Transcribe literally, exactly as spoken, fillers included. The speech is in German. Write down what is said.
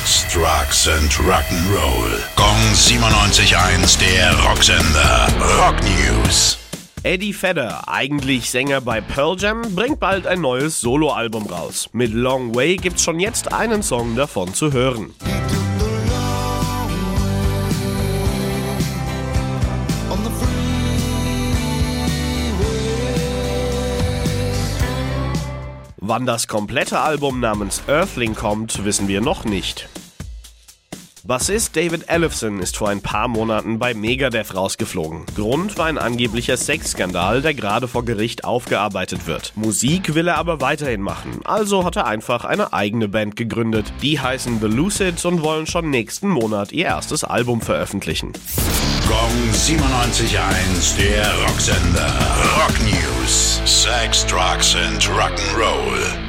Sex, Drugs and Rock'n'Roll. Gong siebenundneunzig Komma eins, der Rocksender. Rock News. Eddie Vedder, eigentlich Sänger bei Pearl Jam, bringt bald ein neues Soloalbum raus. Mit Long Way gibt's schon jetzt einen Song davon zu hören. Wann das komplette Album namens Earthling kommt, wissen wir noch nicht. Bassist David Ellefson ist vor ein paar Monaten bei Megadeth rausgeflogen. Grund war ein angeblicher Sexskandal, der gerade vor Gericht aufgearbeitet wird. Musik will er aber weiterhin machen, also hat er einfach eine eigene Band gegründet. Die heißen The Lucids und wollen schon nächsten Monat ihr erstes Album veröffentlichen. Gong siebenundneunzig Komma eins, der Rocksender. Rock News. Sex, Drugs and Rock'n'Roll.